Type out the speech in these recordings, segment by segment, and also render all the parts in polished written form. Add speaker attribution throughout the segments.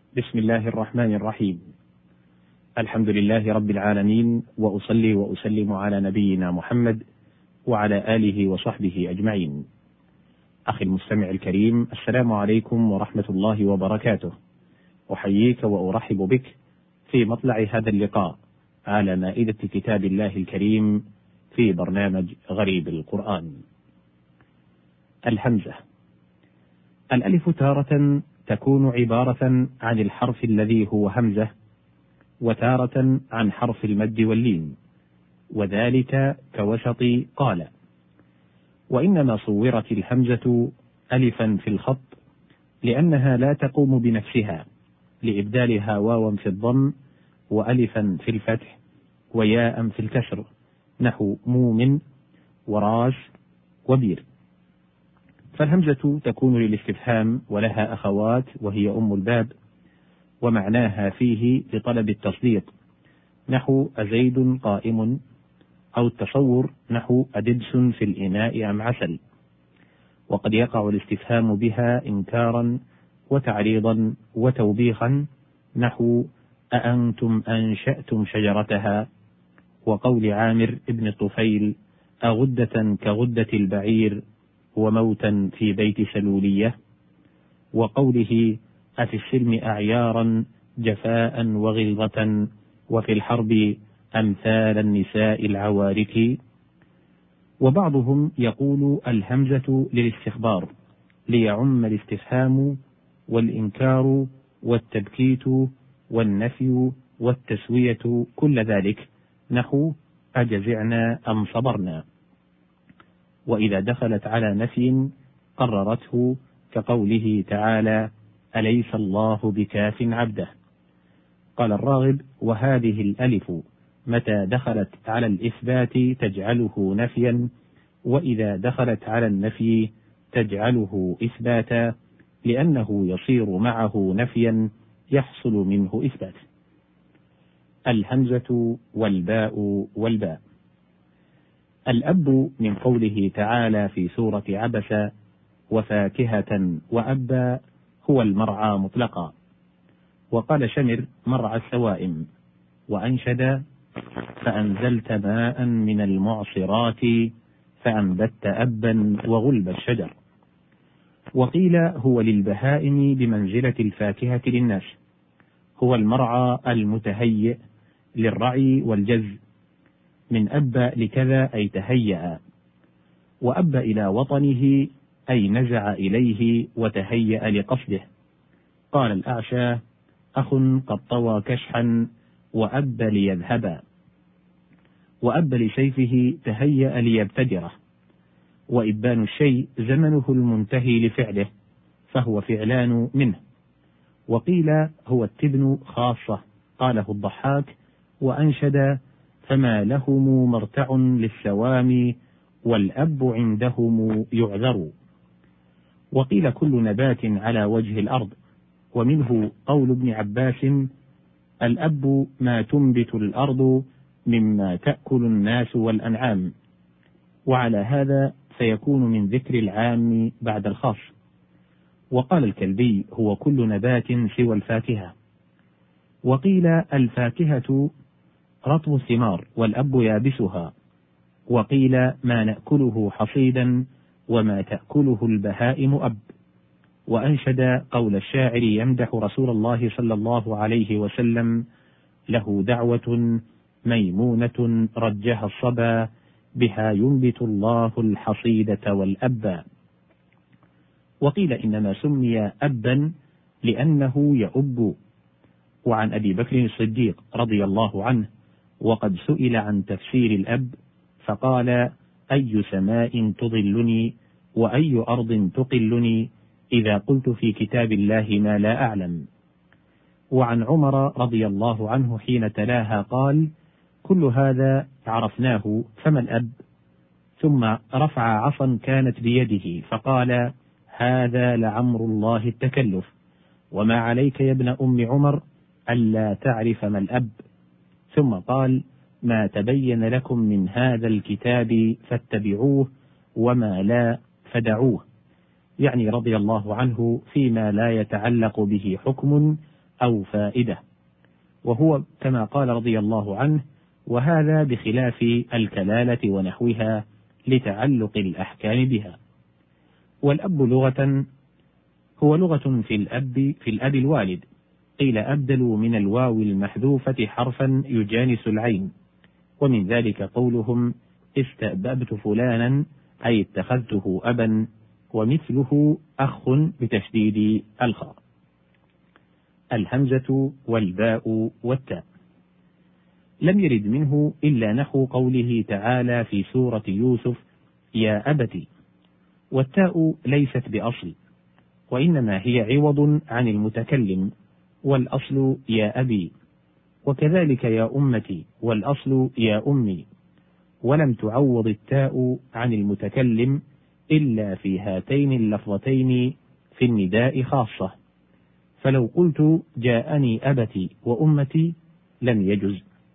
Speaker 1: بسم الله الرحمن الرحيم. الحمد لله رب العالمين، وأصلي وأسلم على نبينا محمد وعلى آله وصحبه أجمعين. أخي المستمع الكريم، السلام عليكم ورحمة الله وبركاته. أحييك وأرحب بك في مطلع هذا اللقاء على مائدة كتاب الله الكريم في برنامج غريب القرآن. الهمزة. الألف تارة تكون عبارة عن الحرف الذي هو همزة، وتارة عن حرف المد واللين، وذلك كوسط قال. وإنما صورت الهمزة ألفا في الخط لأنها لا تقوم بنفسها، لإبدالها واوا في الضم وألفا في الفتح وياء في الكسر، نحو موم وراس وبير. فالهمزة تكون للاستفهام ولها أخوات وهي أم الباب، ومعناها فيه لطلب التصديق، نحو أزيد قائم، أو التصور، نحو أدبس في الإناء أم عسل. وقد يقع الاستفهام بها إنكارا وتعريضا وتوبيخا، نحو أأنتم أنشأتم شجرتها، وقول عامر بن الطفيل أغدة كغدة البعير وموتا في بيت سلولية، وقوله أفي السلم أعيارا جفاء وغلظة وفي الحرب أمثال النساء العوارك. وبعضهم يقول الهمزة للاستخبار ليعم الاستفهام والإنكار والتبكيت والنفي والتسوية كل ذلك، نحو أجزعنا أم صبرنا. وإذا دخلت على نفي قررته، كقوله تعالى أليس الله بكاف عبده. قال الراغب: وهذه الألف متى دخلت على الإثبات تجعله نفيا، وإذا دخلت على النفي تجعله إثباتا، لأنه يصير معه نفيا يحصل منه إثبات. الهمزة والباء والباء. الأب من قوله تعالى في سورة عبس وفاكهة وأبا هو المرعى مطلقا. وقال شمر مرعى السوائم. وأنشد فأنزلت ماء من المعصرات فأنبت أبا وغلب الشجر. وقيل هو للبهائم بمنزلة الفاكهة للناس، هو المرعى المتهيئ للرعي والجز، من أب لكذا أي تهيأ، وأب إلى وطنه أي نزع إليه وتهيأ لقصده. قال الأعشى أخ قد طوى كشحا وأب ليذهبا. وأب لسيفه تهيأ ليبتدره. وإبان الشيء زمنه المنتهي لفعله، فهو فعلان منه. وقيل هو التبن خاصة، قاله الضحاك. وأنشد فما لهم مرتع للسوام والأب عندهم يعذر. وقيل كل نبات على وجه الأرض. ومنه قول ابن عباس الأب ما تنبت الأرض مما تأكل الناس والأنعام. وعلى هذا فيكون من ذكر العام بعد الخاص. وقال الكلبي هو كل نبات سوى الفاكهة. وقيل الفاكهة رطب الثمار والأب يابسها. وقيل ما نأكله حصيدا وما تأكله البهائم أب. وأنشد قول الشاعر يمدح رسول الله صلى الله عليه وسلم له دعوة ميمونة رجها الصبا بها ينبت الله الحصيدة والأبا. وقيل إنما سمي أبا لأنه يؤب. وعن أبي بكر الصديق رضي الله عنه وقد سئل عن تفسير الأب فقال أي سماء تظلني وأي أرض تقلني إذا قلت في كتاب الله ما لا أعلم. وعن عمر رضي الله عنه حين تلاها قال كل هذا عرفناه فما الأب؟ ثم رفع عصا كانت بيده فقال هذا لعمر الله التكلف، وما عليك يا ابن أم عمر ألا تعرف ما الأب. ثم قال ما تبين لكم من هذا الكتاب فاتبعوه وما لا فدعوه، يعني رضي الله عنه فيما لا يتعلق به حكم أو فائدة، وهو كما قال رضي الله عنه: وهذا بخلاف الكلالة ونحوها لتعلق الأحكام بها. والأب لغة هو لغة في الأب الوالد، قيل أبدلوا من الواو المحذوفة حرفا يجانس العين، ومن ذلك قولهم: استأببت فلانا، أي اتخذته أبا، ومثله أخ بتشديد الخاء. الهمزة والباء والتاء لم يرد منه إلا نحو قوله تعالى في سورة يوسف: يا أبت. والتاء ليست بأصل، وإنما هي عوض عن المتكلم، والأصل يا أبي، وكذلك يا أمتي، والأصل يا أمي، ولم تعوض التاء عن المتكلم إلا في هاتين اللفظتين في النداء خاصة، فلو قلت جاءني أبتي وأمتي لم يجز.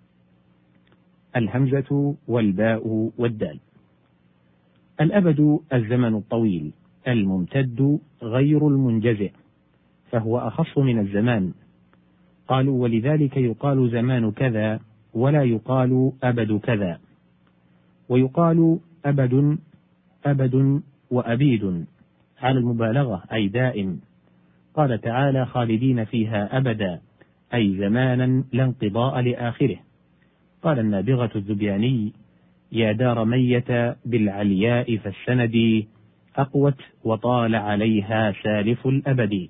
Speaker 1: الهمزة والباء والدال. الأبد الزمن الطويل الممتد غير المنجزئ، فهو أخص من الزمان. قالوا: ولذلك يقال زمان كذا ولا يقال أبد كذا، ويقال أبد وأبيد على المبالغة، أي دائم. قال تعالى: خالدين فيها أبدا، أي زمانا لا انقضاء لآخره. قال النابغة الذبياني: يا دار ميت بالعلياء فالسند أقوت وطال عليها سالف الأبد.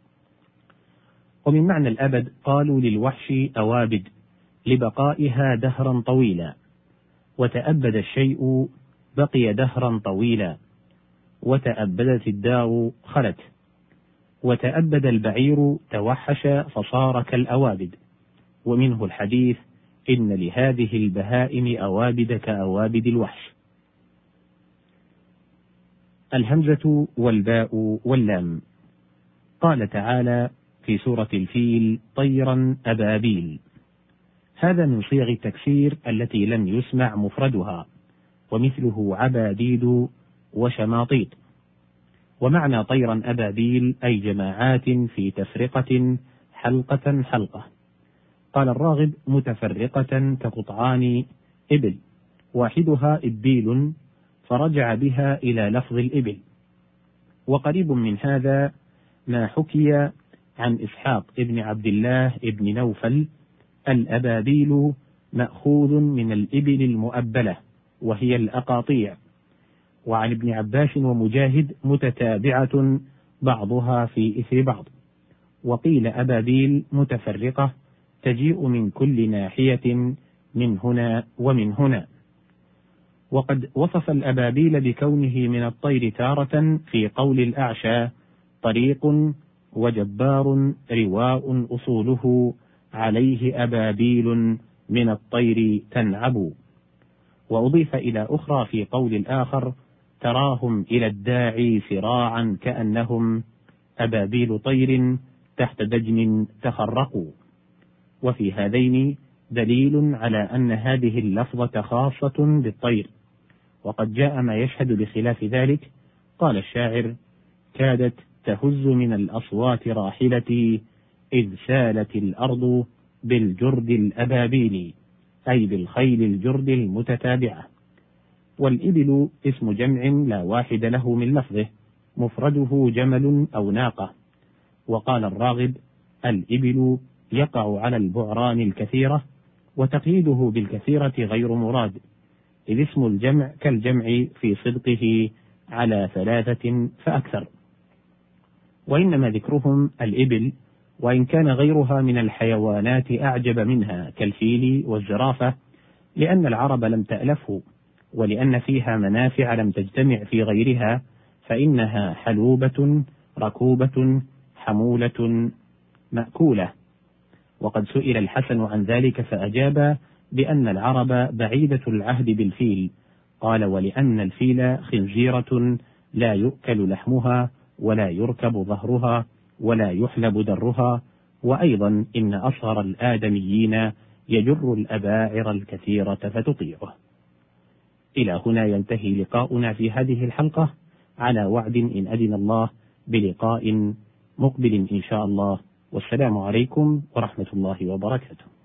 Speaker 1: ومن معنى الأبد قالوا للوحش أوابد لبقائها دهرا طويلا، وتأبد الشيء بقي دهرا طويلا، وتأبدت الدار خلت، وتأبد البعير توحش فصار كالأوابد. ومنه الحديث: إن لهذه البهائم أوابد كأوابد الوحش. الهمزة والباء واللام. قال تعالى في سورة الفيل: طيرا أبابيل. هذا من صيغ التكسير التي لم يسمع مفردها، ومثله عباديد وشماطيط. ومعنى طيرا أبابيل أي جماعات في تفرقة حلقة حلقة. قال الراغب: متفرقة كقطعان إبل، واحدها إبيل، فرجع بها إلى لفظ الإبل. وقريب من هذا ما حكي عن إسحاق ابن عبد الله ابن نوفل: الأبابيل مأخوذ من الإبل المؤبلة، وهي الأقاطيع. وعن ابن عباس ومجاهد: متتابعة بعضها في إثر بعض. وقيل أبابيل متفرقة تجيء من كل ناحية من هنا ومن هنا. وقد وصف الأبابيل بكونه من الطير تارة في قول الأعشى: طريق وجبار رواء أصوله عليه أبابيل من الطير تنعب. وأضيف إلى أخرى في قول الآخر: تراهم إلى الداعي سراعا كأنهم أبابيل طير تحت دجن تخرقوا. وفي هذين دليل على أن هذه اللفظة خاصة بالطير، وقد جاء ما يشهد بخلاف ذلك. قال الشاعر: كادت تهز من الأصوات راحلتي إذ سالت الأرض بالجرد الأبابيل، أي بالخيل الجرد المتتابعة. والإبل اسم جمع لا واحد له من لفظه، مفرده جمل أو ناقة. وقال الراغب: الإبل يقع على البعران الكثيرة، وتقييده بالكثيرة غير مراد، إذ اسم الجمع كالجمع في صدقه على 3 فأكثر. وإنما ذكرهم الإبل، وإن كان غيرها من الحيوانات أعجب منها كالفيل والزرافة، لأن العرب لم تألفه، ولأن فيها منافع لم تجتمع في غيرها، فإنها حلوبة ركوبة حمولة مأكولة. وقد سئل الحسن عن ذلك فأجاب بأن العرب بعيدة العهد بالفيل. قال: ولأن الفيل خنزيرة لا يؤكل لحمها ولا يركب ظهرها ولا يحلب درها، وأيضا إن أصغر الآدميين يجر الأباعر الكثيرة فتطيعه. إلى هنا ينتهي لقاؤنا في هذه الحلقة، على وعد إن أذن الله بلقاء مقبل إن شاء الله. والسلام عليكم ورحمة الله وبركاته.